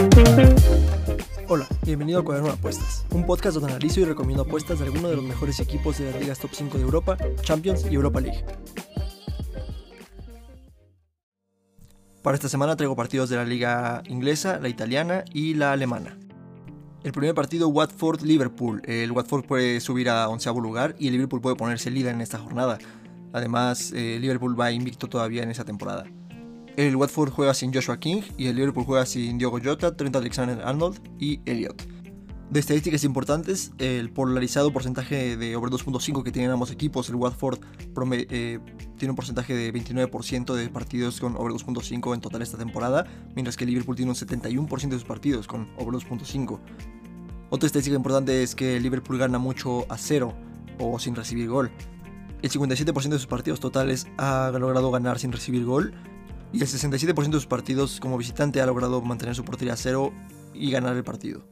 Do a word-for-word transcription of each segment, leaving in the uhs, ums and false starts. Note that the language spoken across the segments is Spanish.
Hola, bienvenido a Cuaderno de Apuestas, un podcast donde analizo y recomiendo apuestas de algunos de los mejores equipos de las ligas top cinco de Europa, Champions y Europa League. Para esta semana traigo partidos de la liga inglesa, la italiana y la alemana. El primer partido, Watford-Liverpool. El Watford puede subir a onceavo lugar y el Liverpool puede ponerse líder en esta jornada. Además, eh, Liverpool va invicto todavía en esta temporada. El Watford juega sin Joshua King y el Liverpool juega sin Diogo Jota, Trent Alexander-Arnold y Elliott. De estadísticas importantes, el polarizado porcentaje de over dos punto cinco que tienen ambos equipos. El Watford eh, tiene un porcentaje de veintinueve por ciento de partidos con over dos punto cinco en total esta temporada, mientras que el Liverpool tiene un setenta y uno por ciento de sus partidos con over dos punto cinco. Otra estadística importante es que el Liverpool gana mucho a cero o sin recibir gol. El cincuenta y siete por ciento de sus partidos totales ha logrado ganar sin recibir gol, y el sesenta y siete por ciento de sus partidos como visitante ha logrado mantener su portería a cero y ganar el partido.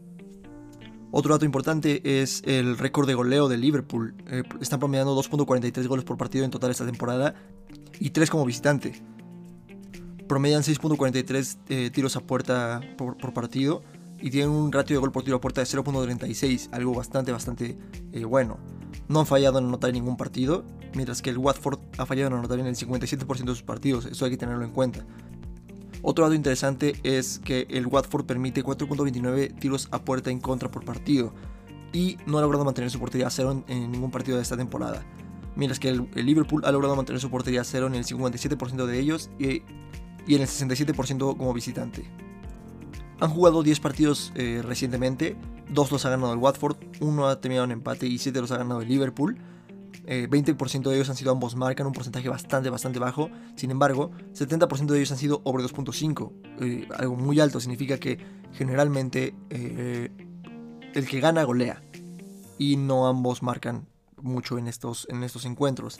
Otro dato importante es el récord de goleo de Liverpool. Eh, están promediando dos punto cuarenta y tres goles por partido en total esta temporada y tres como visitante. Promedian seis punto cuarenta y tres eh, tiros a puerta por, por partido y tienen un ratio de gol por tiro a puerta de cero punto treinta y seis, algo bastante bastante eh, bueno. No han fallado en anotar en ningún partido, mientras que el Watford ha fallado en anotar en el cincuenta y siete por ciento de sus partidos. Eso hay que tenerlo en cuenta. Otro dato interesante es que el Watford permite cuatro punto veintinueve tiros a puerta en contra por partido y no ha logrado mantener su portería a cero en, en ningún partido de esta temporada, mientras que el, el Liverpool ha logrado mantener su portería a cero en el cincuenta y siete por ciento de ellos y, y en el sesenta y siete por ciento como visitante. Han jugado diez partidos eh, recientemente, dos los ha ganado el Watford, uno ha terminado en empate y siete los ha ganado el Liverpool. Eh, veinte por ciento de ellos han sido ambos marcan, un porcentaje bastante bastante bajo. Sin embargo, setenta por ciento de ellos han sido over dos punto cinco, eh, algo muy alto. Significa que generalmente eh, el que gana golea y no ambos marcan mucho en estos, en estos encuentros.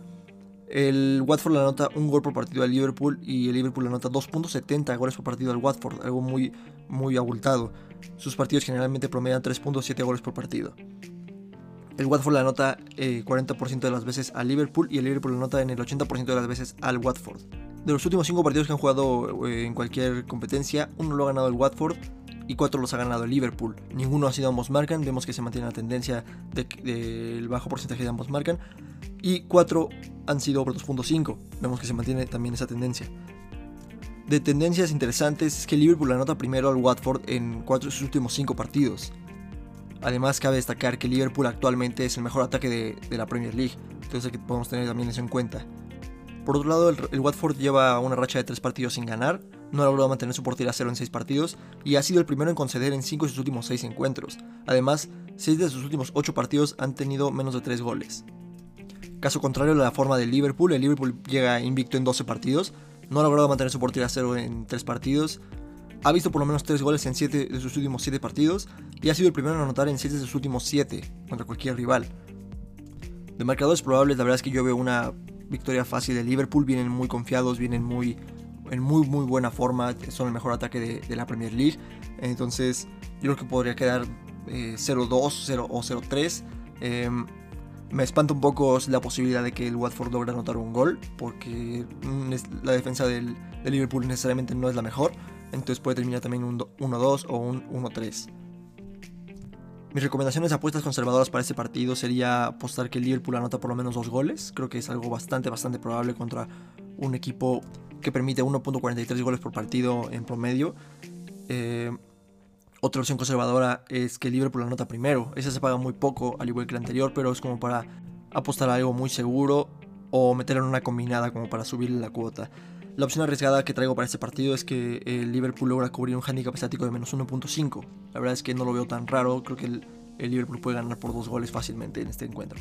El Watford le anota un gol por partido al Liverpool y el Liverpool le anota dos punto setenta goles por partido al Watford, algo muy, muy abultado. Sus partidos generalmente promedian tres punto siete goles por partido. El Watford le anota eh, cuarenta por ciento de las veces al Liverpool y el Liverpool le anota en el ochenta por ciento de las veces al Watford. De los últimos cinco partidos que han jugado eh, en cualquier competencia, uno lo ha ganado el Watford y cuatro los ha ganado el Liverpool. Ninguno ha sido ambos marcan, vemos que se mantiene la tendencia del de, de bajo porcentaje de ambos marcan. Y cuatro han sido over dos punto cinco, vemos que se mantiene también esa tendencia. De tendencias interesantes es que el Liverpool anota primero al Watford en cuatro de sus últimos cinco partidos. Además, cabe destacar que Liverpool actualmente es el mejor ataque de, de la Premier League, entonces que podemos tener también eso en cuenta. Por otro lado, el, el Watford lleva una racha de tres partidos sin ganar, no ha logrado mantener su portería a cero en seis partidos y ha sido el primero en conceder en cinco de sus últimos seis encuentros. Además, seis de sus últimos ocho partidos han tenido menos de tres goles. Caso contrario a la forma del Liverpool, el Liverpool llega invicto en doce partidos, no ha logrado mantener su portería a cero en tres partidos, ha visto por lo menos tres goles en siete de sus últimos siete partidos y ha sido el primero en anotar en siete de sus últimos siete contra cualquier rival. De marcadores probables, la verdad es que yo veo una victoria fácil de Liverpool. Vienen muy confiados, vienen muy, en muy muy buena forma, son el mejor ataque de, de la Premier League. Entonces yo creo que podría quedar eh, cero dos o cero tres. Eh, me espanta un poco la posibilidad de que el Watford logre anotar un gol, porque la defensa del, del Liverpool necesariamente no es la mejor. Entonces puede terminar también un uno dos o un uno tres. Mis recomendaciones de apuestas conservadoras para este partido sería apostar que el Liverpool anota por lo menos dos goles. Creo que es algo bastante bastante probable contra un equipo que permite uno punto cuarenta y tres goles por partido en promedio. Eh, otra opción conservadora es que el Liverpool anota primero. Esa se paga muy poco, al igual que la anterior, pero es como para apostar a algo muy seguro o meterlo en una combinada como para subirle la cuota. La opción arriesgada que traigo para este partido es que el Liverpool logra cubrir un handicap estático de menos uno punto cinco. La verdad es que no lo veo tan raro, creo que el, el Liverpool puede ganar por dos goles fácilmente en este encuentro.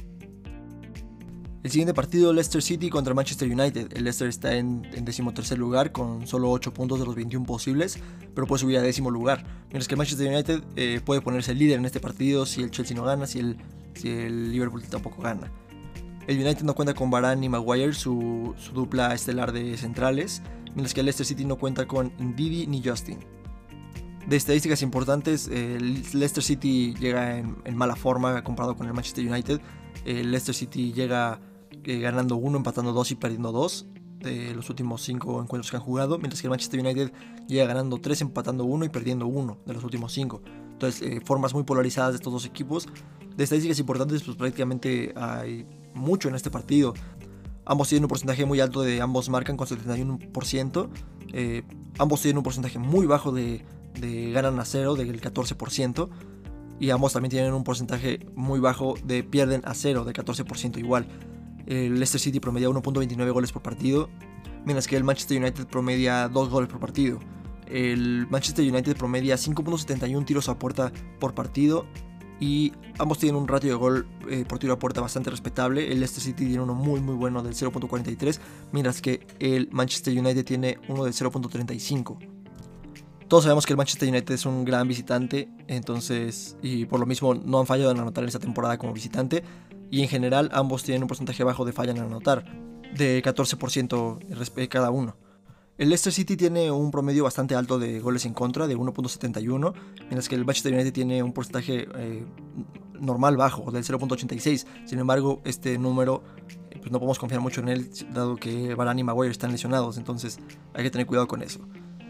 El siguiente partido, Leicester City contra Manchester United. El Leicester está en, en decimotercer lugar con solo ocho puntos de los veintiuno posibles, pero puede subir a décimo lugar. Mientras que el Manchester United eh, puede ponerse líder en este partido si el Chelsea no gana, si el, si el Liverpool tampoco gana. El United no cuenta con Varane ni Maguire, su, su dupla estelar de centrales, mientras que el Leicester City no cuenta con Ndidi ni Justin. De estadísticas importantes, el Leicester City llega en, en mala forma comparado con el Manchester United. El Leicester City llega eh, ganando uno, empatando dos y perdiendo dos. de los últimos cinco encuentros que han jugado, mientras que el Manchester United llega ganando tres, empatando uno y perdiendo uno de los últimos cinco. Entonces, eh, formas muy polarizadas de estos dos equipos. De estadísticas importantes, pues prácticamente hay mucho en este partido. Ambos tienen un porcentaje muy alto de ambos marcan con setenta y uno por ciento. Eh, ambos tienen un porcentaje muy bajo de, de ganan a cero, del catorce por ciento. Y ambos también tienen un porcentaje muy bajo de pierden a cero, de catorce por ciento igual. El Leicester City promedia uno punto veintinueve goles por partido, mientras que el Manchester United promedia dos goles por partido. El Manchester United promedia cinco punto setenta y uno tiros a puerta por partido, y ambos tienen un ratio de gol eh, por tiro a puerta bastante respetable. El Leicester City tiene uno muy muy bueno del cero punto cuarenta y tres, mientras que el Manchester United tiene uno del cero punto treinta y cinco. Todos sabemos que el Manchester United es un gran visitante, entonces, y por lo mismo no han fallado en anotar en esta temporada como visitante, y en general ambos tienen un porcentaje bajo de falla en anotar, de catorce por ciento cada uno. El Leicester City tiene un promedio bastante alto de goles en contra, de uno punto setenta y uno, mientras que el Manchester United tiene un porcentaje eh, normal bajo, del cero punto ochenta y seis. Sin embargo, este número eh, pues no podemos confiar mucho en él, dado que Varane y Maguire están lesionados, entonces hay que tener cuidado con eso.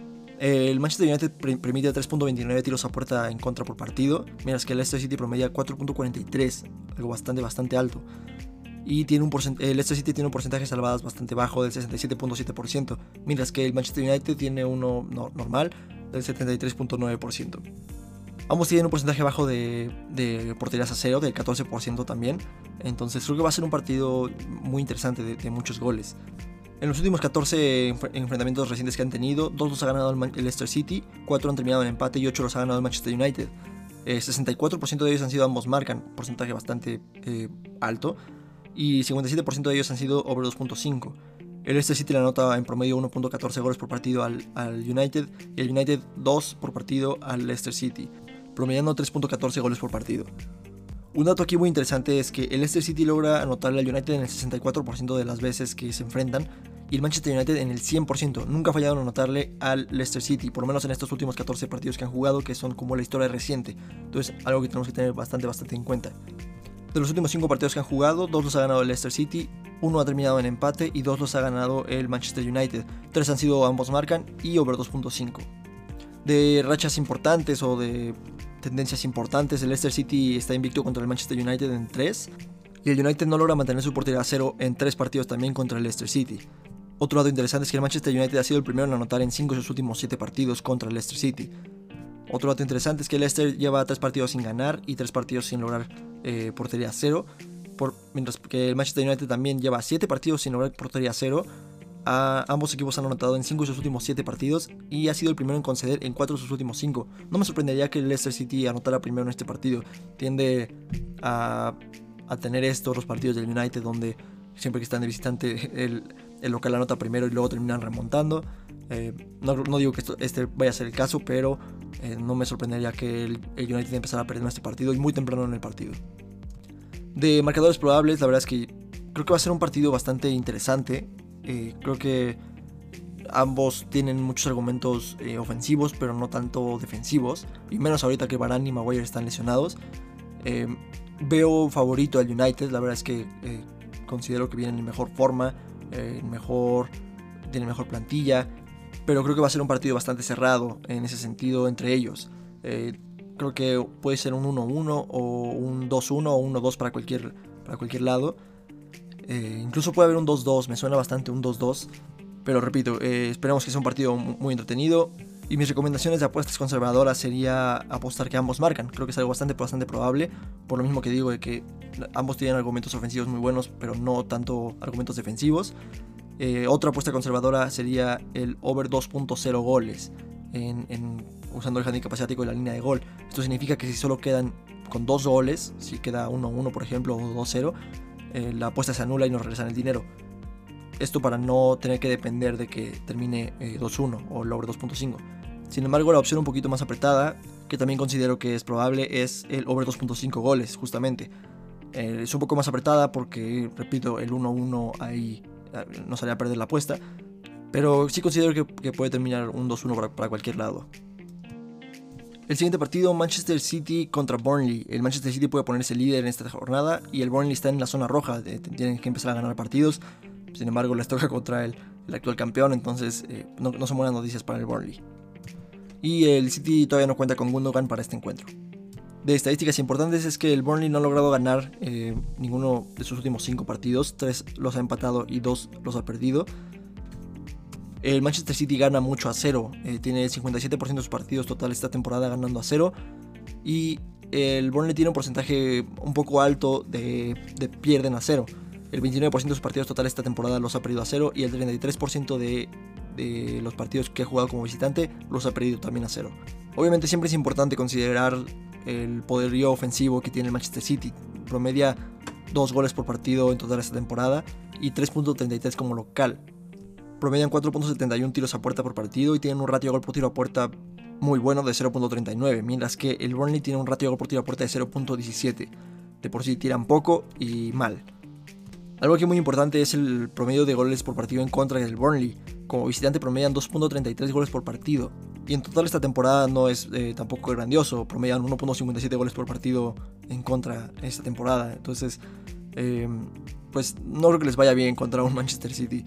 El Manchester United permite tres punto veintinueve tiros a puerta en contra por partido, mientras que el Leicester City promedia cuatro punto cuarenta y tres, algo bastante bastante alto. Y tiene un el Leicester City tiene un porcentaje de salvadas bastante bajo, del sesenta y siete punto siete por ciento, mientras que el Manchester United tiene uno no, normal, del setenta y tres punto nueve por ciento. Ambos tienen un porcentaje bajo de, de porterías a cero, del catorce por ciento también, entonces creo que va a ser un partido muy interesante de, de muchos goles. En los últimos catorce enfrentamientos recientes que han tenido, dos los ha ganado el Leicester City, cuatro han terminado en empate y ocho los ha ganado el Manchester United. Eh, sesenta y cuatro por ciento de ellos han sido ambos marcan, porcentaje bastante eh, alto, y cincuenta y siete por ciento de ellos han sido over dos punto cinco. El Leicester City le anota en promedio uno punto catorce goles por partido al, al United, y el United dos por partido al Leicester City, promediando tres punto catorce goles por partido. Un dato aquí muy interesante es que el Leicester City logra anotarle al United en el sesenta y cuatro por ciento de las veces que se enfrentan, y el Manchester United en el cien por ciento. Nunca ha fallado en anotarle al Leicester City, por lo menos en estos últimos catorce partidos que han jugado, que son como la historia reciente. Entonces, algo que tenemos que tener bastante, bastante en cuenta. De los últimos cinco partidos que han jugado, dos los ha ganado el Leicester City, uno ha terminado en empate y dos los ha ganado el Manchester United. Tres han sido ambos marcan y over dos punto cinco. De rachas importantes o de tendencias importantes, el Leicester City está invicto contra el Manchester United en tres, y el United no logra mantener su portería a cero en tres partidos también contra el Leicester City. Otro dato interesante es que el Manchester United ha sido el primero en anotar en cinco de sus últimos siete partidos contra el Leicester City. Otro dato interesante es que el Leicester lleva tres partidos sin ganar y tres partidos sin lograr eh, portería a cero, por, mientras que el Manchester United también lleva siete partidos sin lograr portería a cero. A ambos equipos han anotado en cinco de sus últimos siete partidos y ha sido el primero en conceder en cuatro de sus últimos cinco. No me sorprendería que el Leicester City anotara primero en este partido. Tiende a, a tener estos los partidos del United, donde siempre que están de visitante el, el local anota primero y luego terminan remontando. Eh, no, no digo que esto, este vaya a ser el caso, pero eh, no me sorprendería que el, el United empezara a perder este partido y muy temprano en el partido. De marcadores probables, la verdad es que creo que va a ser un partido bastante interesante. Eh, creo que ambos tienen muchos argumentos eh, ofensivos, pero no tanto defensivos, y menos ahorita que Varane y Maguire están lesionados. Eh, veo favorito al United, la verdad es que eh, considero que vienen en mejor forma, eh, mejor, tienen mejor plantilla, pero creo que va a ser un partido bastante cerrado en ese sentido entre ellos. Eh, creo que puede ser un uno uno o un dos uno o uno dos para cualquier, para cualquier lado. Eh, incluso puede haber un dos dos, me suena bastante un dos dos, pero repito, eh, esperemos que sea un partido muy entretenido. Y mis recomendaciones de apuestas conservadoras sería apostar que ambos marcan. Creo que es algo bastante, bastante probable, por lo mismo que digo de que ambos tienen argumentos ofensivos muy buenos, pero no tanto argumentos defensivos. Eh, otra apuesta conservadora sería el over dos punto cero goles, en, en, usando el handicap asiático y la línea de gol. Esto significa que si solo quedan con dos goles, si queda uno uno por ejemplo o dos cero, eh, la apuesta se anula y nos regresan el dinero. Esto para no tener que depender de que termine eh, dos uno o el over dos punto cinco. Sin embargo, la opción un poquito más apretada, que también considero que es probable, es el over dos punto cinco goles, justamente. Eh, es un poco más apretada porque, repito, el uno uno ahí eh, nos haría perder la apuesta, pero sí considero que, que puede terminar un dos uno para, para cualquier lado. El siguiente partido, Manchester City contra Burnley. El Manchester City puede ponerse líder en esta jornada y el Burnley está en la zona roja, eh, tienen que empezar a ganar partidos. Sin embargo, les toca contra el el actual campeón, entonces eh, no, no son buenas noticias para el Burnley. Y el City todavía no cuenta con Gundogan para este encuentro. De estadísticas importantes es que el Burnley no ha logrado ganar eh, ninguno de sus últimos cinco partidos, tres los ha empatado y dos los ha perdido. El Manchester City gana mucho a cero, eh, tiene el cincuenta y siete por ciento de sus partidos totales esta temporada ganando a cero, y el Burnley tiene un porcentaje un poco alto de, de pierden a cero. El veintinueve por ciento de sus partidos totales esta temporada los ha perdido a cero, y el treinta y tres por ciento de, de los partidos que ha jugado como visitante los ha perdido también a cero. Obviamente siempre es importante considerar el poderío ofensivo que tiene el Manchester City. Promedia dos goles por partido en total esta temporada y tres punto treinta y tres como local. Promedian cuatro punto setenta y uno tiros a puerta por partido y tienen un ratio de gol por tiro a puerta muy bueno de cero punto treinta y nueve, mientras que el Burnley tiene un ratio de gol por tiro a puerta de cero punto diecisiete. De por sí tiran poco y mal. Algo que es muy importante es el promedio de goles por partido en contra del Burnley. Como visitante promedian dos punto treinta y tres goles por partido. Y en total esta temporada no es eh, tampoco grandioso. Promedian uno punto cincuenta y siete goles por partido en contra esta temporada. Entonces, eh, pues no creo que les vaya bien contra un Manchester City.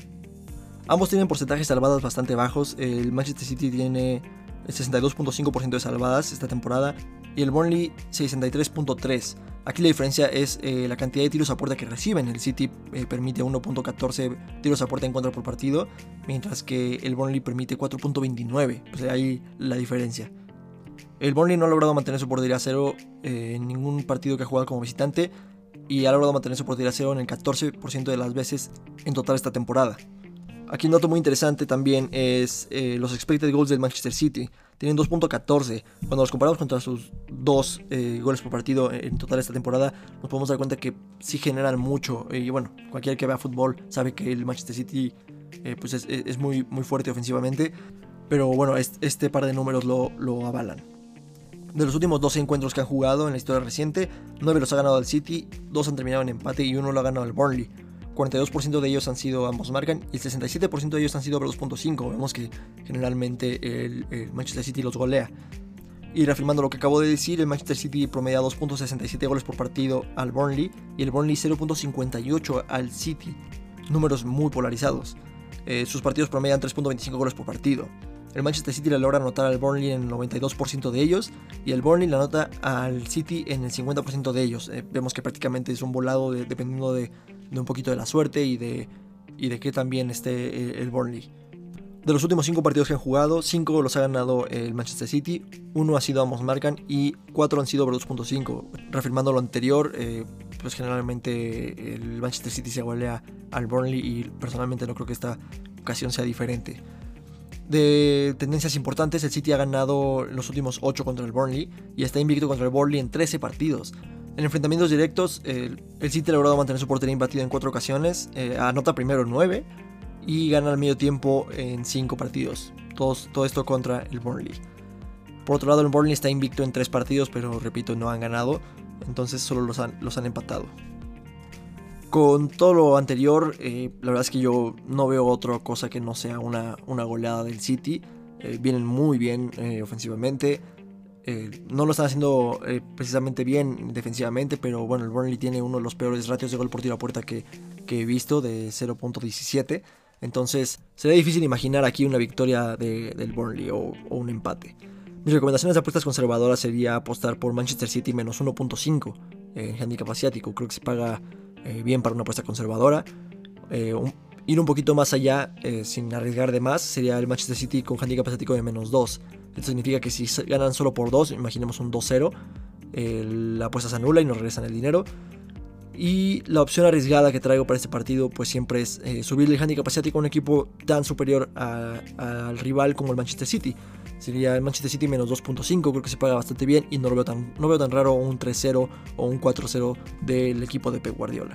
Ambos tienen porcentajes de salvadas bastante bajos. El Manchester City tiene el sesenta y dos punto cinco por ciento de salvadas esta temporada y el Burnley sesenta y tres punto tres por ciento. Aquí la diferencia es eh, la cantidad de tiros a puerta que reciben. El City eh, permite uno punto catorce tiros a puerta en contra por partido, mientras que el Burnley permite cuatro punto veintinueve. O sea, ahí la diferencia. El Burnley no ha logrado mantener su portería a cero eh, en ningún partido que ha jugado como visitante y ha logrado mantener su portería a cero en el catorce por ciento de las veces en total esta temporada. Aquí un dato muy interesante también es eh, los expected goals del Manchester City. Tienen dos punto catorce. Cuando los comparamos contra sus dos eh, goles por partido en total esta temporada, nos podemos dar cuenta que sí generan mucho. Y bueno, cualquiera que vea fútbol sabe que el Manchester City eh, pues es, es muy, muy fuerte ofensivamente. Pero bueno, este, este par de números lo, lo avalan. De los últimos doce encuentros que han jugado en la historia reciente, nueve los ha ganado el City, dos han terminado en empate y uno lo ha ganado el Burnley. cuarenta y dos por ciento de ellos han sido ambos marcan y el sesenta y siete por ciento de ellos han sido over dos punto cinco. Vemos que generalmente el, el Manchester City los golea. Y reafirmando lo que acabo de decir, el Manchester City promedia dos punto sesenta y siete goles por partido al Burnley y el Burnley cero punto cincuenta y ocho al City. Números muy polarizados. Eh, sus partidos promedian tres punto veinticinco goles por partido. El Manchester City le logra anotar al Burnley en el noventa y dos por ciento de ellos y el Burnley le anota al City en el cincuenta por ciento de ellos. Eh, vemos que prácticamente es un volado de, dependiendo de, de un poquito de la suerte y de, y de que también esté el, el Burnley. De los últimos cinco partidos que han jugado, cinco los ha ganado el Manchester City, uno ha sido ambos marcan y cuatro han sido over dos punto cinco. Reafirmando lo anterior, eh, pues generalmente el Manchester City se golea al Burnley y personalmente no creo que esta ocasión sea diferente. De tendencias importantes, el City ha ganado los últimos ocho contra el Burnley y está invicto contra el Burnley en trece partidos. En enfrentamientos directos, el, el City ha logrado mantener su portería imbatida en cuatro ocasiones, eh, anota primero nueve y gana al medio tiempo en cinco partidos. Todos, todo esto contra el Burnley. Por otro lado, el Burnley está invicto en tres partidos, pero repito, no han ganado, entonces solo los han, los han empatado. Con todo lo anterior, eh, la verdad es que yo no veo otra cosa que no sea una, una goleada del City. Eh, vienen muy bien eh, ofensivamente. Eh, no lo están haciendo eh, precisamente bien defensivamente, pero bueno, el Burnley tiene uno de los peores ratios de gol por tiro a puerta que, que he visto, de cero punto diecisiete. Entonces sería difícil imaginar aquí una victoria de, del Burnley o, o un empate. Mis recomendaciones de apuestas conservadoras sería apostar por Manchester City menos uno punto cinco en handicap asiático. Creo que se paga Eh, bien para una apuesta conservadora. Eh, un, ir un poquito más allá eh, sin arriesgar de más sería el Manchester City con handicap asiático de menos dos. Esto significa que si ganan solo por dos, imaginemos un dos cero, eh, la apuesta se anula y nos regresan el dinero. Y la opción arriesgada que traigo para este partido pues siempre es eh, subir el handicap asiático a un equipo tan superior a, a, al rival como el Manchester City. Sería el Manchester City menos dos punto cinco, creo que se paga bastante bien y no lo veo tan, no veo tan raro un tres cero o un cuatro cero del equipo de Pep Guardiola.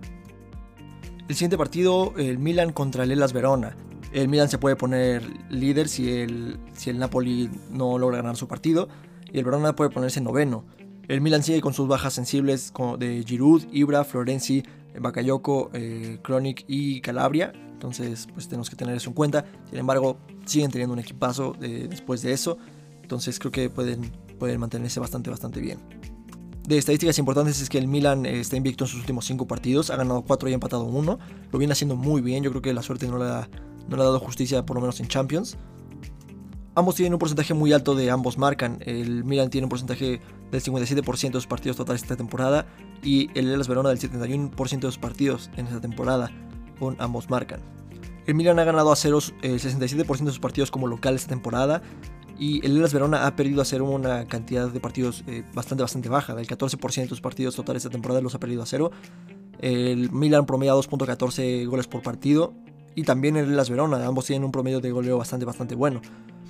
El siguiente partido, el Milan contra el Hellas Verona. El Milan se puede poner líder si el, si el Napoli no logra ganar su partido y el Verona puede ponerse noveno. El Milan sigue con sus bajas sensibles de Giroud, Ibra, Florenzi, Bakayoko, eh, Kronic y Calabria. Entonces pues tenemos que tener eso en cuenta. Sin embargo, siguen teniendo un equipazo de, después de eso. Entonces creo que pueden, pueden mantenerse bastante, bastante bien. De estadísticas importantes es que el Milan eh, está invicto en sus últimos cinco partidos, ha ganado cuatro y ha empatado uno, lo viene haciendo muy bien, yo creo que la suerte no le, ha, no le ha dado justicia por lo menos en Champions. Ambos tienen un porcentaje muy alto de ambos marcan, el Milan tiene un porcentaje del cincuenta y siete por ciento de sus partidos totales esta temporada y el Hellas Verona del setenta y uno por ciento de sus partidos en esta temporada con ambos marcan. El Milan ha ganado a ceros el sesenta y siete por ciento de sus partidos como local esta temporada. Y el Hellas Verona ha perdido a cero una cantidad de partidos eh, bastante bastante baja. Del catorce por ciento de sus partidos totales esta temporada los ha perdido a cero. El Milan promedia dos punto catorce goles por partido. Y también el Hellas Verona. Ambos tienen un promedio de goleo bastante bastante bueno.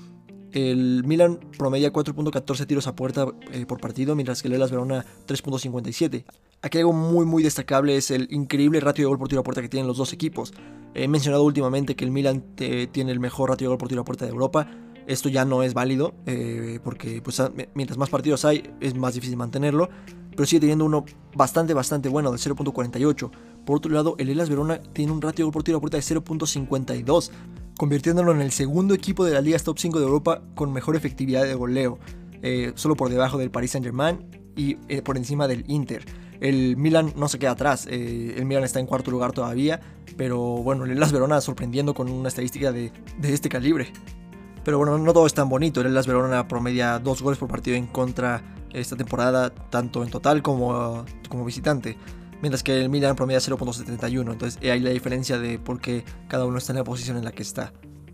El Milan promedia cuatro punto catorce tiros a puerta eh, por partido, mientras que el Hellas Verona tres punto cincuenta y siete. Aquí algo muy muy destacable es el increíble ratio de gol por tiro a puerta que tienen los dos equipos. He mencionado últimamente que el Milan eh, tiene el mejor ratio de gol por tiro a puerta de Europa. Esto ya no es válido, eh, porque pues, mientras más partidos hay es más difícil mantenerlo, pero sigue teniendo uno bastante bastante bueno de cero punto cuarenta y ocho. Por otro lado, el Hellas Verona tiene un ratio de gol por tiro a puerta de cero punto cincuenta y dos, convirtiéndolo en el segundo equipo de las ligas top cinco de Europa con mejor efectividad de goleo, eh, solo por debajo del Paris Saint-Germain y eh, por encima del Inter. El Milan no se queda atrás, eh, el Milan está en cuarto lugar todavía, pero bueno, el Hellas Verona sorprendiendo con una estadística de, de este calibre. Pero bueno, no todo es tan bonito. El Hellas Verona promedia dos goles por partido en contra esta temporada, tanto en total como, como visitante. Mientras que el Milan promedia cero punto setenta y uno. Entonces ahí la diferencia de por qué cada uno está en la posición en la que está.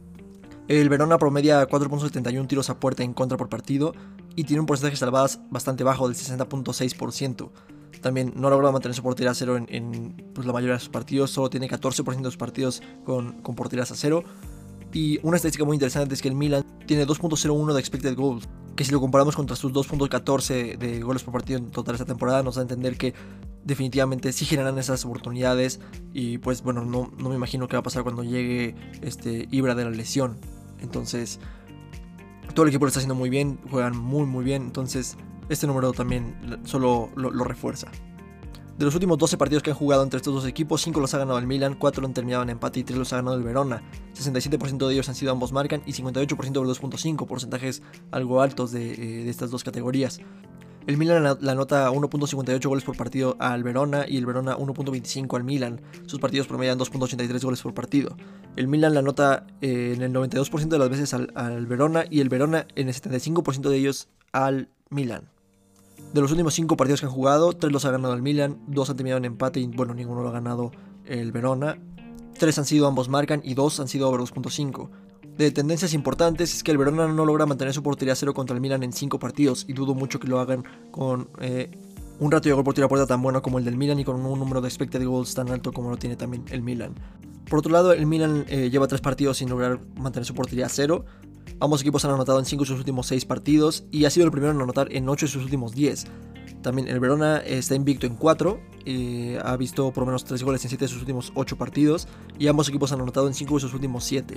El Verona promedia cuatro punto setenta y uno tiros a puerta en contra por partido y tiene un porcentaje de salvadas bastante bajo del sesenta punto seis por ciento. También no logra mantener su portería a cero en, en pues, la mayoría de sus partidos. Solo tiene catorce por ciento de sus partidos con, con porterías a cero. Y una estadística muy interesante es que el Milan tiene dos punto cero uno de expected goals, que si lo comparamos contra sus dos punto catorce de goles por partido en total esta temporada, nos da a entender que definitivamente sí generan esas oportunidades. Y pues bueno, no, no me imagino qué va a pasar cuando llegue este Ibra de la lesión. Entonces todo el equipo lo está haciendo muy bien, juegan muy muy bien, entonces este número también solo lo, lo refuerza. De los últimos doce partidos que han jugado entre estos dos equipos, cinco los ha ganado el Milan, cuatro han terminado en empate y tres los ha ganado el Verona. sesenta y siete por ciento de ellos han sido ambos marcan y cincuenta y ocho por ciento de los dos punto cinco, porcentajes algo altos de, de estas dos categorías. El Milan la anota uno punto cincuenta y ocho goles por partido al Verona y el Verona uno punto veinticinco al Milan. Sus partidos promedian dos punto ochenta y tres goles por partido. El Milan la anota eh, en el noventa y dos por ciento de las veces al, al Verona y el Verona en el setenta y cinco por ciento de ellos al Milan. De los últimos cinco partidos que han jugado, tres los ha ganado el Milan, dos han terminado en empate y bueno, ninguno lo ha ganado el Verona. tres han sido ambos marcan y dos han sido over dos punto cinco. De tendencias importantes es que el Verona no logra mantener su portería a cero contra el Milan en cinco partidos y dudo mucho que lo hagan con eh, un ratio de gol por tiro a puerta tan bueno como el del Milan y con un número de expected goals tan alto como lo tiene también el Milan. Por otro lado, el Milan eh, lleva tres partidos sin lograr mantener su portería a cero. Ambos equipos han anotado en cinco de sus últimos seis partidos y ha sido el primero en anotar en ocho de sus últimos diez. También el Verona está invicto en cuatro, eh, ha visto por lo menos tres goles en siete de sus últimos ocho partidos y ambos equipos han anotado en cinco de sus últimos siete.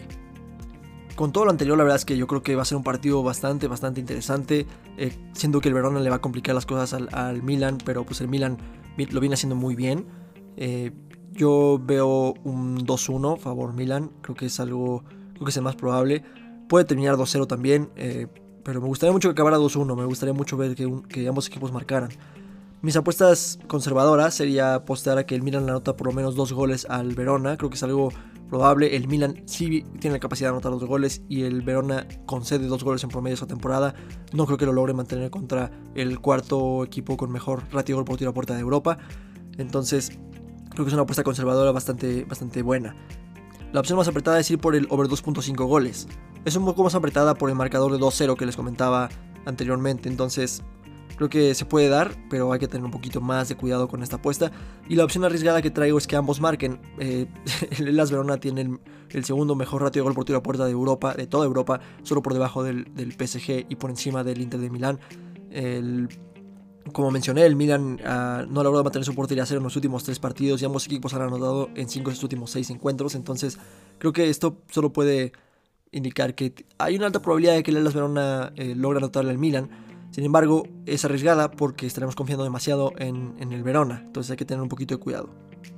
Con todo lo anterior, la verdad es que yo creo que va a ser un partido bastante, bastante interesante. Eh, siento que el Verona le va a complicar las cosas al, al Milan, pero pues el Milan lo viene haciendo muy bien. Eh, yo veo un dos uno favor Milan, creo que es algo, creo que es el más probable. Puede terminar dos cero también, eh, pero me gustaría mucho que acabara dos uno, me gustaría mucho ver que, un, que ambos equipos marcaran. Mis apuestas conservadoras sería apostar a que el Milan le anota por lo menos dos goles al Verona, creo que es algo probable. El Milan sí tiene la capacidad de anotar dos goles y el Verona concede dos goles en promedio esta temporada. No creo que lo logre mantener contra el cuarto equipo con mejor ratio de gol por tiro a puerta de Europa. Entonces creo que es una apuesta conservadora bastante, bastante buena. La opción más apretada es ir por el over dos punto cinco goles. Es un poco más apretada por el marcador de dos cero que les comentaba anteriormente. Entonces creo que se puede dar, pero hay que tener un poquito más de cuidado con esta apuesta. Y la opción arriesgada que traigo es que ambos marquen. Eh, el Hellas Verona tiene el, el segundo mejor ratio de gol por tiro a puerta de Europa, de toda Europa, solo por debajo del, del P S G y por encima del Inter de Milán. El, como mencioné, el Milan uh, no ha logrado mantener su portería a cero en los últimos tres partidos y ambos equipos han anotado en cinco de sus últimos seis encuentros. Entonces creo que esto solo puede indicar que hay una alta probabilidad de que el Hellas Verona eh, logre anotarle al Milan. Sin embargo, es arriesgada porque estaremos confiando demasiado en, en el Verona, entonces hay que tener un poquito de cuidado.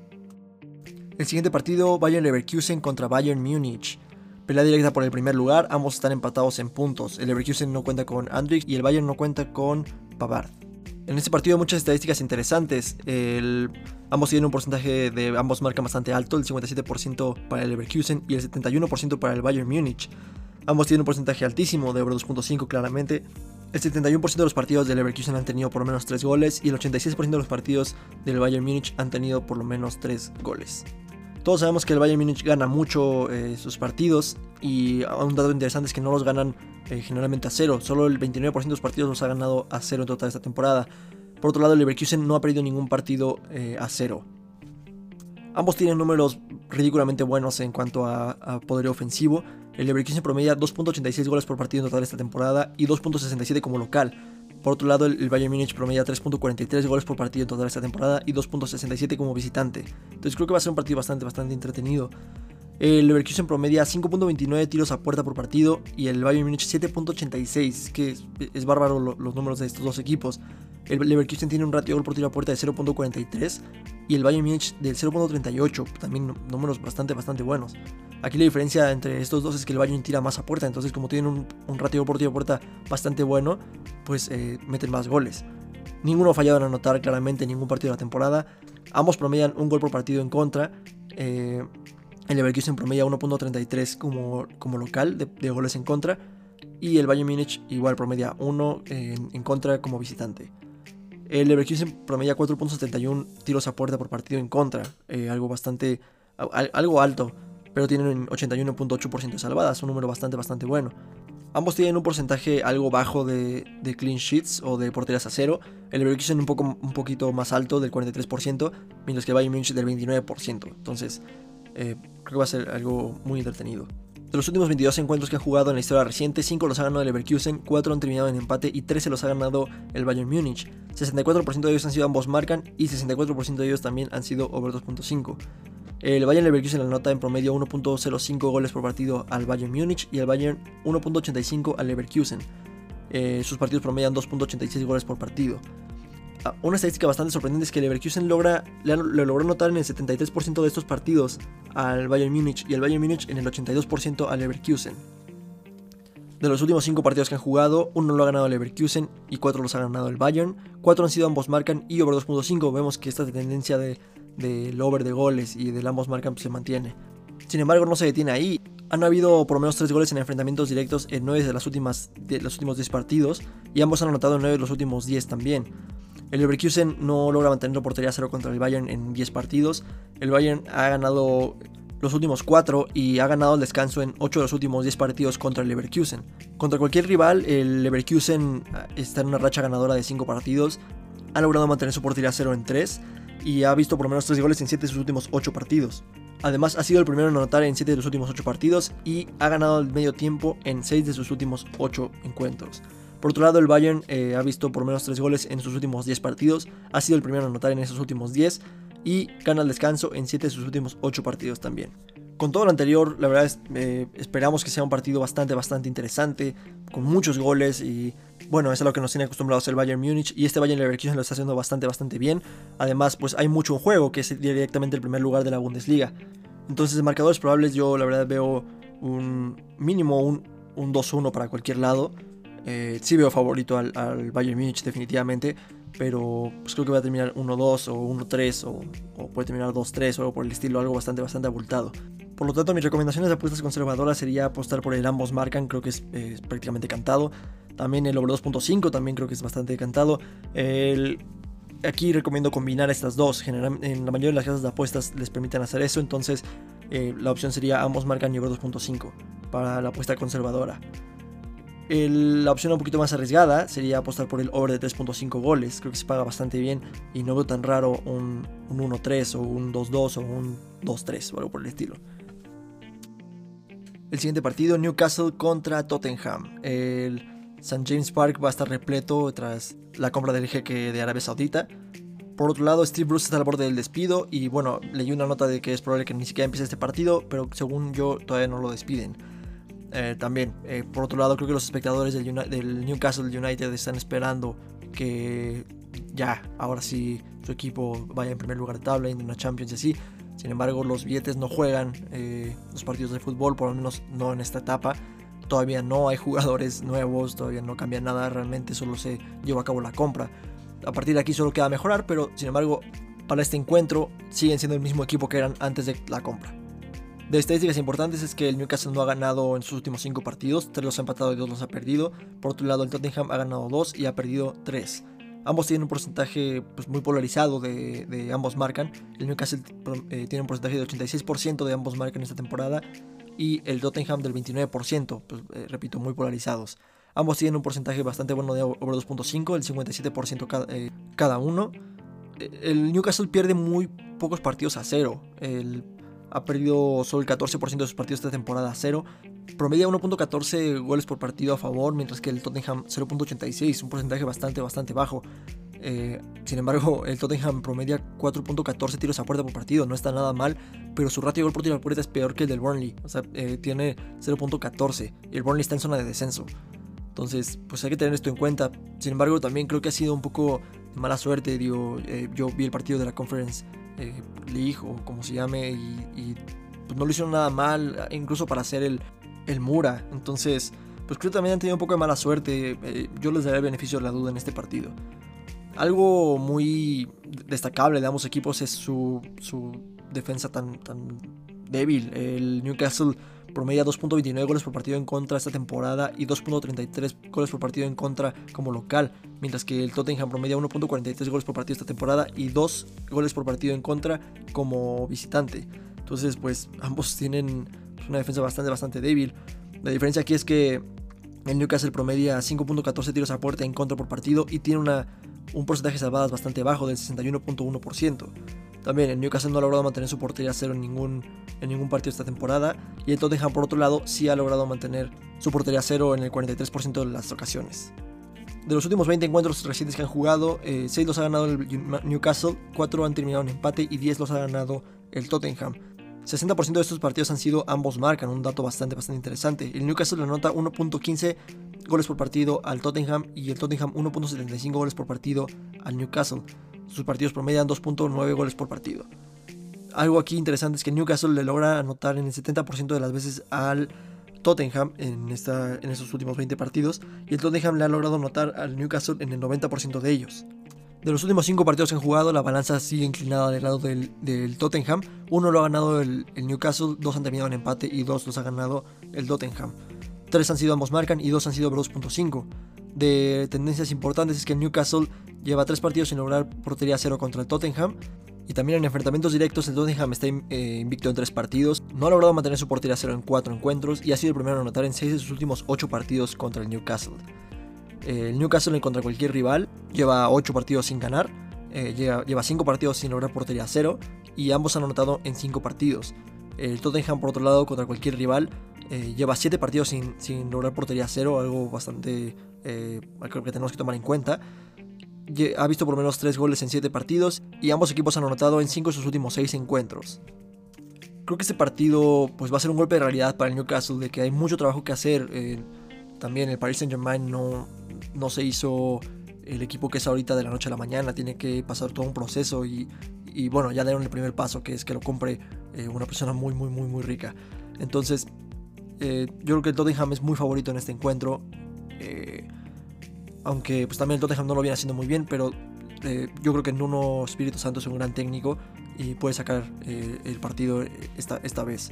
El siguiente partido, Bayern Leverkusen contra Bayern Múnich. Pelea directa por el primer lugar, ambos están empatados en puntos. El Leverkusen no cuenta con Andrich y el Bayern no cuenta con Pavard. En este partido hay muchas estadísticas interesantes. El, ambos tienen un porcentaje de ambos marcan bastante alto, el cincuenta y siete por ciento para el Leverkusen y el setenta y uno por ciento para el Bayern Múnich. Ambos tienen un porcentaje altísimo de over dos punto cinco claramente. El setenta y uno por ciento de los partidos del Leverkusen han tenido por lo menos tres goles y el ochenta y seis por ciento de los partidos del Bayern Múnich han tenido por lo menos tres goles. Todos sabemos que el Bayern Múnich gana mucho eh, sus partidos y un dato interesante es que no los ganan eh, generalmente a cero. Solo el veintinueve por ciento de los partidos los ha ganado a cero en total esta temporada. Por otro lado, el Leverkusen no ha perdido ningún partido eh, a cero. Ambos tienen números ridículamente buenos en cuanto a, a poderío ofensivo. El Leverkusen promedia dos punto ochenta y seis goles por partido en total esta temporada y dos punto sesenta y siete como local. Por otro lado, el Bayern Múnich promedia tres punto cuarenta y tres goles por partido en total esta temporada y dos punto sesenta y siete como visitante. Entonces creo que va a ser un partido bastante, bastante entretenido. El Leverkusen promedia cinco punto veintinueve tiros a puerta por partido y el Bayern Múnich siete punto ochenta y seis, que es, es bárbaro lo, los números de estos dos equipos. El Leverkusen tiene un ratio de gol por tiro a puerta de cero punto cuarenta y tres y el Bayern Múnich del cero punto treinta y ocho, también números bastante, bastante buenos. Aquí la diferencia entre estos dos es que el Bayern tira más a puerta, entonces como tienen un, un ratio de gol por tiro a puerta bastante bueno, pues eh, meten más goles. Ninguno ha fallado en anotar claramente en ningún partido de la temporada. Ambos promedian un gol por partido en contra. Eh, el Leverkusen promedia uno punto treinta y tres como, como local de, de goles en contra. Y el Bayern Múnich igual promedia uno en, en contra como visitante. El Leverkusen promedia cuatro punto setenta y uno tiros a puerta por partido en contra. Eh, algo bastante... Al, algo alto. Pero tienen un ochenta y uno punto ocho por ciento de salvadas. Un número bastante, bastante bueno. Ambos tienen un porcentaje algo bajo de, de clean sheets o de porterías a cero. El Leverkusen un, poco, un poquito más alto, del cuarenta y tres por ciento, mientras que el Bayern Múnich del veintinueve por ciento. Entonces, eh, creo que va a ser algo muy entretenido. De los últimos veintidós encuentros que han jugado en la historia reciente, cinco los ha ganado el Leverkusen, cuatro han terminado en empate y trece los ha ganado el Bayern Múnich. sesenta y cuatro por ciento de ellos han sido ambos marcan y sesenta y cuatro por ciento de ellos también han sido over dos punto cinco. El Bayern Leverkusen le anota en promedio uno punto cero cinco goles por partido al Bayern Múnich y el Bayern uno punto ochenta y cinco al Leverkusen. Eh, sus partidos promedian dos punto ochenta y seis goles por partido. Ah, una estadística bastante sorprendente es que el Leverkusen logra, le, le logró anotar en el setenta y tres por ciento de estos partidos al Bayern Múnich y el Bayern Múnich en el ochenta y dos por ciento al Leverkusen. De los últimos cinco partidos que han jugado, uno lo ha ganado el Leverkusen y cuatro los ha ganado el Bayern. cuatro han sido ambos marcan y over dos punto cinco. Vemos que esta tendencia de del over de goles y del ambos marcan se mantiene. Sin embargo, no se detiene ahí. Han habido por lo menos tres goles en enfrentamientos directos en nueve de, las últimas, de los últimos diez partidos y ambos han anotado en nueve de los últimos diez también. El Leverkusen no logra mantener la portería cero contra el Bayern en diez partidos. El Bayern ha ganado los últimos cuatro y ha ganado el descanso en ocho de los últimos diez partidos contra el Leverkusen. Contra cualquier rival, el Leverkusen está en una racha ganadora de cinco partidos. Ha logrado mantener su portería cero en tres y ha visto por lo menos tres goles en siete de sus últimos ocho partidos. Además, ha sido el primero en anotar en siete de los últimos ocho partidos y ha ganado el medio tiempo en seis de sus últimos ocho encuentros. Por otro lado, el Bayern eh, ha visto por lo menos tres goles en sus últimos diez partidos, ha sido el primero en anotar en esos últimos diez y gana el descanso en siete de sus últimos ocho partidos también. Con todo lo anterior, la verdad es eh, esperamos que sea un partido bastante, bastante interesante, con muchos goles y bueno, eso es lo que nos tiene acostumbrados el Bayern Múnich y este Bayern Leverkusen lo está haciendo bastante, bastante bien. Además, pues hay mucho en juego, que es directamente el primer lugar de la Bundesliga. Entonces, marcadores probables, yo la verdad veo un mínimo un, un dos uno para cualquier lado. Eh, sí veo favorito al, al Bayern Múnich definitivamente, pero pues creo que va a terminar uno dos o uno tres o, o puede terminar dos tres o algo por el estilo, algo bastante, bastante abultado. Por lo tanto, mis recomendaciones de apuestas conservadoras sería apostar por el ambos marcan, creo que es, eh, es prácticamente cantado. También el over dos punto cinco también creo que es bastante cantado. El, aquí recomiendo combinar estas dos. General, en la mayoría de las casas de apuestas les permiten hacer eso. Entonces eh, la opción sería ambos marcan y over dos punto cinco para la apuesta conservadora. El, la opción un poquito más arriesgada sería apostar por el over de tres punto cinco goles. Creo que se paga bastante bien y no veo tan raro un, un uno tres o un dos dos o un dos tres o algo por el estilo. El siguiente partido, Newcastle contra Tottenham. El Saint James Park va a estar repleto tras la compra del jeque de Arabia Saudita. Por otro lado, Steve Bruce está al borde del despido y bueno, leí una nota de que es probable que ni siquiera empiece este partido, pero según yo todavía no lo despiden. Eh, también, eh, por otro lado, creo que los espectadores del, Uni- del Newcastle United están esperando que ya, ahora sí, su equipo vaya en primer lugar de tabla, en una Champions y así. Sin embargo, los billetes no juegan eh, los partidos de fútbol, por lo menos no en esta etapa. Todavía no hay jugadores nuevos, todavía no cambia nada realmente, solo se llevó a cabo la compra. A partir de aquí solo queda mejorar, pero sin embargo para este encuentro siguen siendo el mismo equipo que eran antes de la compra. De estadísticas importantes es que el Newcastle no ha ganado en sus últimos cinco partidos, tres los ha empatado y dos los ha perdido. Por otro lado, el Tottenham ha ganado dos y ha perdido tres. Ambos tienen un porcentaje pues, muy polarizado de, de ambos marcan. El Newcastle eh, tiene un porcentaje de ochenta y seis por ciento de ambos marcan esta temporada y el Tottenham del veintinueve por ciento, pues, eh, repito, muy polarizados. Ambos tienen un porcentaje bastante bueno de over dos punto cinco, el cincuenta y siete por ciento cada, eh, cada uno. El Newcastle pierde muy pocos partidos a cero. El Ha perdido solo el catorce por ciento de sus partidos esta temporada a cero. Promedia uno punto catorce goles por partido a favor, mientras que el Tottenham cero punto ochenta y seis, un porcentaje bastante, bastante bajo. Eh, sin embargo, el Tottenham promedia cuatro punto catorce tiros a puerta por partido, no está nada mal, pero su ratio de gol por tiro a puerta es peor que el del Burnley. O sea, eh, tiene cero punto catorce y el Burnley está en zona de descenso. Entonces, pues hay que tener esto en cuenta. Sin embargo, también creo que ha sido un poco de mala suerte. Digo, eh, yo vi el partido de la Conference Eh, League o como se llame y, y pues no lo hicieron nada mal, incluso para hacer el, el Mura. Entonces pues creo que también han tenido un poco de mala suerte. eh, yo les daré el beneficio de la duda en este partido. Algo muy destacable de ambos equipos es su, su defensa tan, tan débil. El Newcastle promedia dos punto veintinueve goles por partido en contra esta temporada y dos punto treinta y tres goles por partido en contra como local, mientras que el Tottenham promedia uno punto cuarenta y tres goles por partido esta temporada y dos goles por partido en contra como visitante. Entonces pues ambos tienen una defensa bastante bastante débil. La diferencia aquí es que el Newcastle promedia cinco punto catorce tiros a puerta en contra por partido y tiene una, un porcentaje de salvadas bastante bajo del sesenta y uno punto uno por ciento. También el Newcastle no ha logrado mantener su portería a cero en ningún, en ningún partido esta temporada. Y el Tottenham, por otro lado, sí ha logrado mantener su portería a cero en el cuarenta y tres por ciento de las ocasiones. De los últimos veinte encuentros recientes que han jugado, eh, seis los ha ganado el Newcastle, cuatro han terminado en empate y diez los ha ganado el Tottenham. sesenta por ciento de estos partidos han sido ambos marcan, un dato bastante, bastante interesante. El Newcastle anota uno punto quince goles por partido al Tottenham y el Tottenham uno punto setenta y cinco goles por partido al Newcastle. Sus partidos promedian dos punto nueve goles por partido. Algo aquí interesante es que Newcastle le logra anotar en el setenta por ciento de las veces al Tottenham en, esta, en estos últimos veinte partidos y el Tottenham le ha logrado anotar al Newcastle en el noventa por ciento de ellos. De los últimos cinco partidos que han jugado, la balanza sigue inclinada del lado del, del Tottenham. Uno lo ha ganado el, el Newcastle, dos han terminado en empate y dos los ha ganado el Tottenham. Tres han sido ambos marcan y dos han sido over dos punto cinco. De tendencias importantes es que el Newcastle lleva tres partidos sin lograr portería cero contra el Tottenham. Y también en enfrentamientos directos el Tottenham está eh, invicto en tres partidos. No ha logrado mantener su portería cero en cuatro encuentros y ha sido el primero en anotar en seis de sus últimos ocho partidos contra el Newcastle. El Newcastle en contra cualquier rival lleva ocho partidos sin ganar, eh, lleva, lleva cinco partidos sin lograr portería cero y ambos han anotado en cinco partidos. El Tottenham, por otro lado, contra cualquier rival eh, lleva siete partidos sin, sin lograr portería cero, algo bastante eh, creo que tenemos que tomar en cuenta. Ha visto por lo menos tres goles en siete partidos y ambos equipos han anotado en cinco de sus últimos seis encuentros. Creo que este partido pues, va a ser un golpe de realidad para el Newcastle, de que hay mucho trabajo que hacer. Eh, también el Paris Saint-Germain no, no se hizo el equipo que es ahorita de la noche a la mañana, tiene que pasar todo un proceso y, y bueno, ya dieron el primer paso, que es que lo compre eh, una persona muy muy muy muy rica. Entonces eh, yo creo que el Tottenham es muy favorito en este encuentro, eh, aunque pues también el Tottenham no lo viene haciendo muy bien, pero eh, yo creo que Nuno Espíritu Santo es un gran técnico y puede sacar eh, el partido esta, esta vez.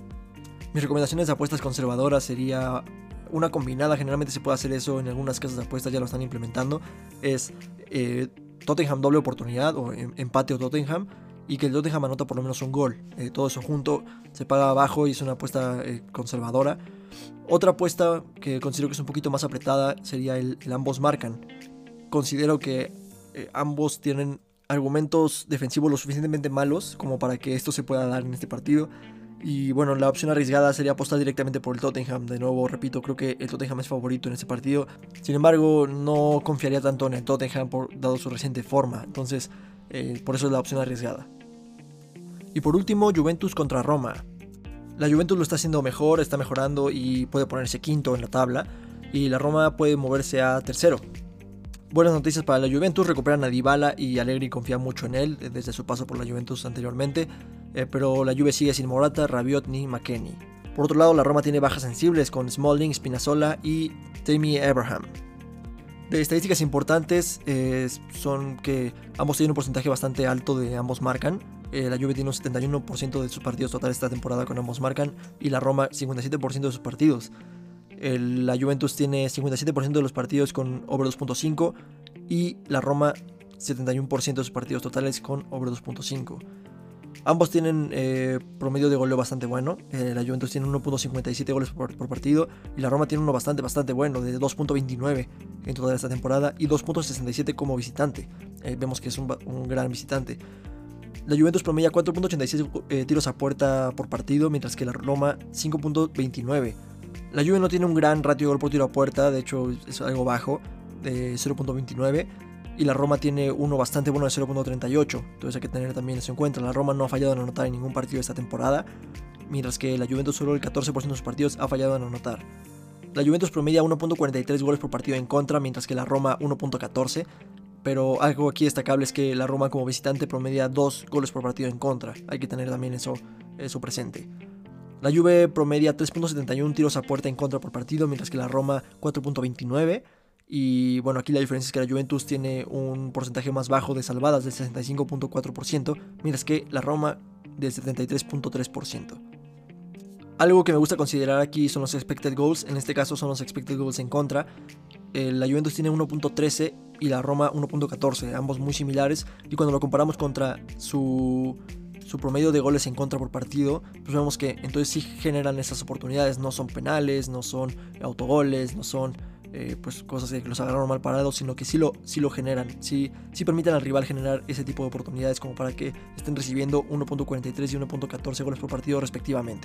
Mis recomendaciones de apuestas conservadoras sería una combinada, generalmente se puede hacer eso en algunas casas de apuestas, ya lo están implementando, es eh, Tottenham doble oportunidad o em, empate o Tottenham y que el Tottenham anota por lo menos un gol. Eh, todo eso junto se paga abajo y es una apuesta eh, conservadora. Otra apuesta que considero que es un poquito más apretada sería el, el ambos marcan. Considero que eh, ambos tienen argumentos defensivos lo suficientemente malos como para que esto se pueda dar en este partido. Y bueno, la opción arriesgada sería apostar directamente por el Tottenham. De nuevo, repito, creo que el Tottenham es favorito en este partido. Sin embargo, no confiaría tanto en el Tottenham por, dado su reciente forma. Entonces, eh, por eso es la opción arriesgada. Y por último, Juventus contra Roma. La Juventus lo está haciendo mejor, está mejorando y puede ponerse quinto en la tabla. Y la Roma puede moverse a tercero. Buenas noticias para la Juventus, recuperan a Dybala y Allegri confía mucho en él desde su paso por la Juventus anteriormente, eh, pero la Juve sigue sin Morata, Rabiot ni McKennie. Por otro lado, la Roma tiene bajas sensibles con Smalling, Spinazzola y Tammy Abraham. De estadísticas importantes eh, son que ambos tienen un porcentaje bastante alto de ambos marcan. Eh, la Juve tiene un setenta y uno por ciento de sus partidos totales esta temporada con ambos marcan y la Roma cincuenta y siete por ciento de sus partidos. El, la Juventus tiene cincuenta y siete por ciento de los partidos con over dos punto cinco y la Roma setenta y uno por ciento de sus partidos totales con over dos punto cinco. Ambos tienen eh, promedio de goleo bastante bueno. Eh, la Juventus tiene uno punto cincuenta y siete goles por, por partido y la Roma tiene uno bastante bastante bueno de dos punto veintinueve en toda esta temporada y dos punto sesenta y siete como visitante. Eh, vemos que es un, un gran visitante. La Juventus promedia cuatro punto ochenta y seis eh, tiros a puerta por partido, mientras que la Roma cinco punto veintinueve. La Juve no tiene un gran ratio de gol por tiro a puerta, de hecho es algo bajo, de cero punto veintinueve. Y la Roma tiene uno bastante bueno de cero punto treinta y ocho. Entonces hay que tener también eso en cuenta. La Roma no ha fallado en anotar en ningún partido esta temporada, mientras que la Juventus solo el catorce por ciento de sus partidos ha fallado en anotar. La Juventus promedia uno punto cuarenta y tres goles por partido en contra, mientras que la Roma uno punto catorce. Pero algo aquí destacable es que la Roma como visitante promedia dos goles por partido en contra. Hay que tener también eso, eso presente. La Juve promedia tres punto setenta y uno tiros a puerta en contra por partido, mientras que la Roma cuatro punto veintinueve. Y bueno, aquí la diferencia es que la Juventus tiene un porcentaje más bajo de salvadas del sesenta y cinco punto cuatro por ciento, mientras que la Roma del setenta y tres punto tres por ciento. Algo que me gusta considerar aquí son los expected goals, en este caso son los expected goals en contra. Eh, la Juventus tiene uno punto trece y la Roma uno punto catorce, ambos muy similares, y cuando lo comparamos contra su, su promedio de goles en contra por partido, pues vemos que entonces sí generan esas oportunidades, no son penales, no son autogoles, no son eh, pues cosas que los agarraron mal parados, sino que sí lo, sí lo generan, sí, sí permiten al rival generar ese tipo de oportunidades como para que estén recibiendo uno punto cuarenta y tres y uno punto catorce goles por partido respectivamente.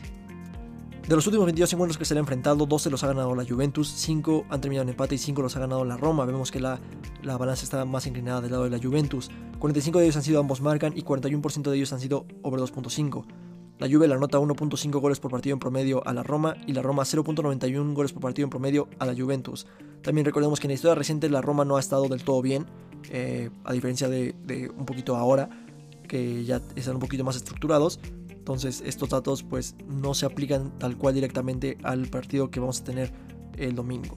De los últimos veintidós encuentros que se le han enfrentado, doce los ha ganado la Juventus, cinco han terminado en empate y cinco los ha ganado la Roma. Vemos que la, la balanza está más inclinada del lado de la Juventus. cuarenta y cinco de ellos han sido ambos marcan y cuarenta y uno por ciento de ellos han sido over dos punto cinco. La Juve le anota uno punto cinco goles por partido en promedio a la Roma y la Roma cero punto noventa y uno goles por partido en promedio a la Juventus. También recordemos que en la historia reciente la Roma no ha estado del todo bien, eh, a diferencia de, de un poquito ahora, que ya están un poquito más estructurados. Entonces estos datos pues no se aplican tal cual directamente al partido que vamos a tener el domingo.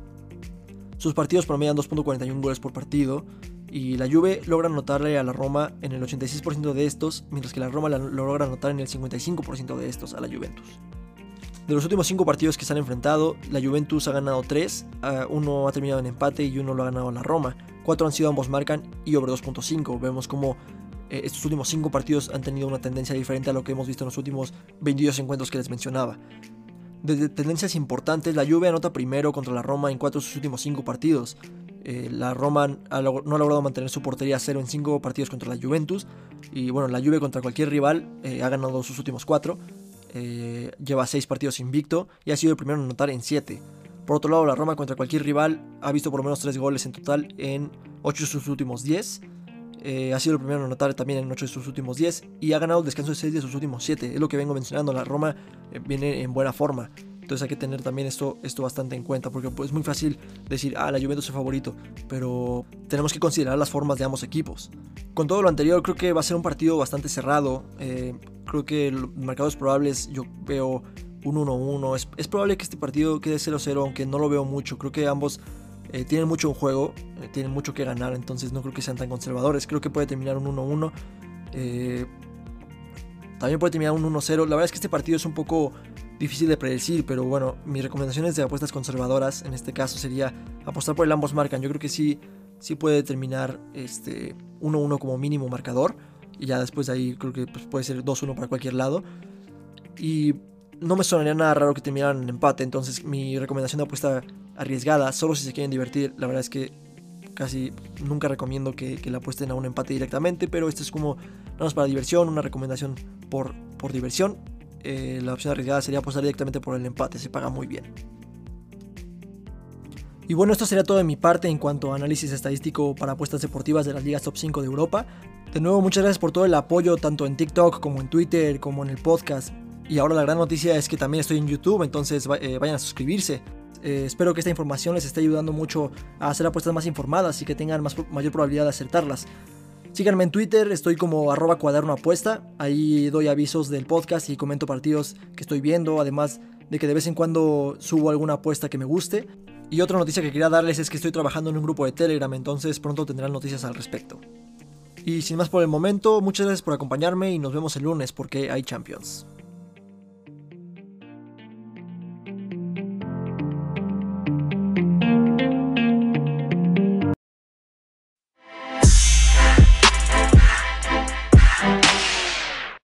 Sus partidos promedian dos punto cuarenta y uno goles por partido y la Juve logra anotarle a la Roma en el ochenta y seis por ciento de estos, mientras que la Roma lo logra anotar en el cincuenta y cinco por ciento de estos a la Juventus. De los últimos cinco partidos que se han enfrentado, la Juventus ha ganado tres, uno ha terminado en empate y uno lo ha ganado la Roma. cuatro han sido ambos marcan y over dos punto cinco. Vemos como estos últimos cinco partidos han tenido una tendencia diferente a lo que hemos visto en los últimos veintidós encuentros que les mencionaba. De tendencias importantes, la Juve anota primero contra la Roma en cuatro de sus últimos cinco partidos. Eh, la Roma ha log- no ha logrado mantener su portería a cero en cinco partidos contra la Juventus. Y bueno, la Juve contra cualquier rival eh, ha ganado sus últimos cuatro. Eh, lleva seis partidos invicto y ha sido el primero en anotar en siete. Por otro lado, la Roma contra cualquier rival ha visto por lo menos tres goles en total en ocho de sus últimos diez. Eh, ha sido el primero en anotar también en ocho de sus últimos diez y ha ganado el descanso de seis de sus últimos siete. Es lo que vengo mencionando, la Roma eh, viene en buena forma. Entonces hay que tener también esto, esto bastante en cuenta, porque pues, es muy fácil decir, ah, la Juventus es el favorito, pero tenemos que considerar las formas de ambos equipos. Con todo lo anterior, creo que va a ser un partido bastante cerrado. Eh, creo que los marcadores probables, yo veo un uno uno. Es, es probable que este partido quede cero cero, aunque no lo veo mucho. Creo que ambos Eh, tienen mucho en juego, eh, tienen mucho que ganar, entonces no creo que sean tan conservadores. Creo que puede terminar un uno uno. Eh, también puede terminar un uno cero. La verdad es que este partido es un poco difícil de predecir, pero bueno, mis recomendaciones de apuestas conservadoras en este caso sería apostar por el ambos marcan. Yo creo que sí, sí puede terminar este uno uno como mínimo marcador, y ya después de ahí creo que pues, puede ser dos uno para cualquier lado. Y no me sonaría nada raro que terminaran en empate, entonces mi recomendación de apuesta arriesgada, solo si se quieren divertir, la verdad es que casi nunca recomiendo que, que la apuesten a un empate directamente, pero esto es como nada más para diversión, una recomendación por, por diversión. Eh, la opción arriesgada sería apostar directamente por el empate, se paga muy bien. Y bueno, esto sería todo de mi parte en cuanto a análisis estadístico para apuestas deportivas de las ligas top cinco de Europa. De nuevo, muchas gracias por todo el apoyo, tanto en TikTok como en Twitter, como en el podcast. Y ahora la gran noticia es que también estoy en YouTube, entonces eh, vayan a suscribirse. Eh, espero que esta información les esté ayudando mucho a hacer apuestas más informadas y que tengan más, mayor probabilidad de acertarlas. Síganme en Twitter, estoy como arroba cuaderno apuesta. Ahí doy avisos del podcast y comento partidos que estoy viendo. Además, de que de vez en cuando subo alguna apuesta que me guste. Y otra noticia que quería darles es que estoy trabajando en un grupo de Telegram, entonces pronto tendrán noticias al respecto. Y sin más por el momento, muchas gracias por acompañarme y nos vemos el lunes porque hay Champions.